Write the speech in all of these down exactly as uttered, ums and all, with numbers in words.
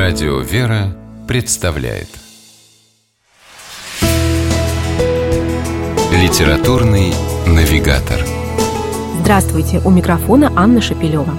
Радио «Вера» представляет Литературный навигатор. Здравствуйте, у микрофона Анна Шапилева.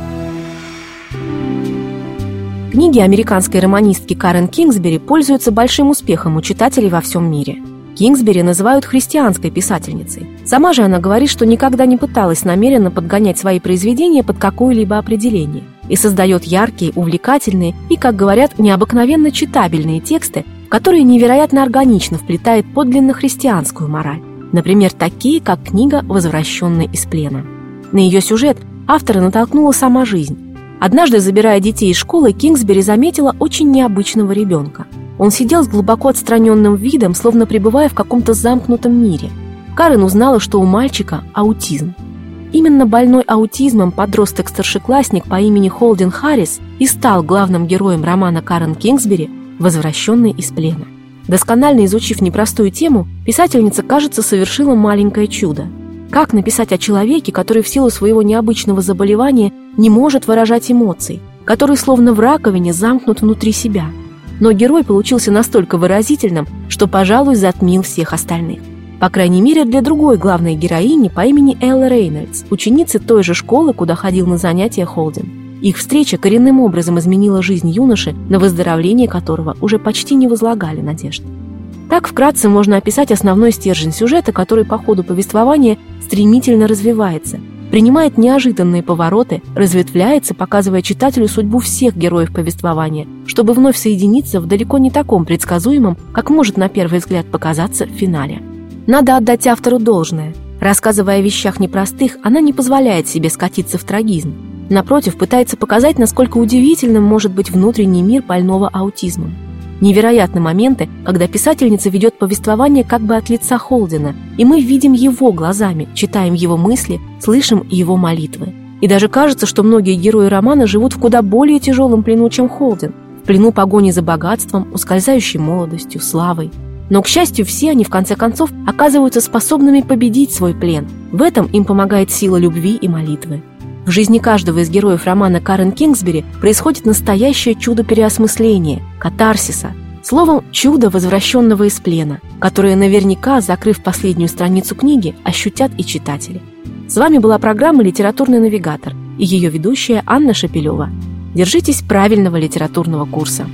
Книги американской романистки Карен Кингсбери пользуются большим успехом у читателей во всем мире. Кингсбери называют христианской писательницей. Сама же она говорит, что никогда не пыталась намеренно подгонять свои произведения под какое-либо определение и создает яркие, увлекательные и, как говорят, необыкновенно читабельные тексты, которые невероятно органично вплетают подлинно христианскую мораль. Например, такие, как книга «Возвращенный из плена». На ее сюжет автора натолкнула сама жизнь. Однажды, забирая детей из школы, Кингсбери заметила очень необычного ребенка. Он сидел с глубоко отстраненным видом, словно пребывая в каком-то замкнутом мире. Карен узнала, что у мальчика аутизм. Именно больной аутизмом подросток-старшеклассник по имени Холден Харрис и стал главным героем романа Карен Кингсбери «Возвращенный из плена». Досконально изучив непростую тему, писательница, кажется, совершила маленькое чудо. Как написать о человеке, который в силу своего необычного заболевания не может выражать эмоций, который словно в раковине замкнут внутри себя? Но герой получился настолько выразительным, что, пожалуй, затмил всех остальных. По крайней мере, для другой главной героини по имени Эллы Рейнольдс, ученицы той же школы, куда ходил на занятия Холден. Их встреча коренным образом изменила жизнь юноши, на выздоровление которого уже почти не возлагали надежд. Так вкратце можно описать основной стержень сюжета, который по ходу повествования стремительно развивается, принимает неожиданные повороты, разветвляется, показывая читателю судьбу всех героев повествования, чтобы вновь соединиться в далеко не таком предсказуемом, как может на первый взгляд показаться, финале. Надо отдать автору должное. Рассказывая о вещах непростых, она не позволяет себе скатиться в трагизм. Напротив, пытается показать, насколько удивительным может быть внутренний мир больного аутизмом. Невероятны моменты, когда писательница ведет повествование как бы от лица Холдена, и мы видим его глазами, читаем его мысли, слышим его молитвы. И даже кажется, что многие герои романа живут в куда более тяжелом плену, чем Холден, в плену погони за богатством, ускользающей молодостью, славой. Но, к счастью, все они, в конце концов, оказываются способными победить свой плен. В этом им помогает сила любви и молитвы. В жизни каждого из героев романа Карен Кингсбери происходит настоящее чудо переосмысления, катарсиса, словом, чудо возвращенного из плена, которое наверняка, закрыв последнюю страницу книги, ощутят и читатели. С вами была программа «Литературный навигатор» и ее ведущая Анна Шапилева. Держитесь правильного литературного курса.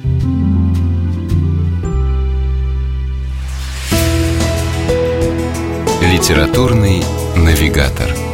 Литературный навигатор.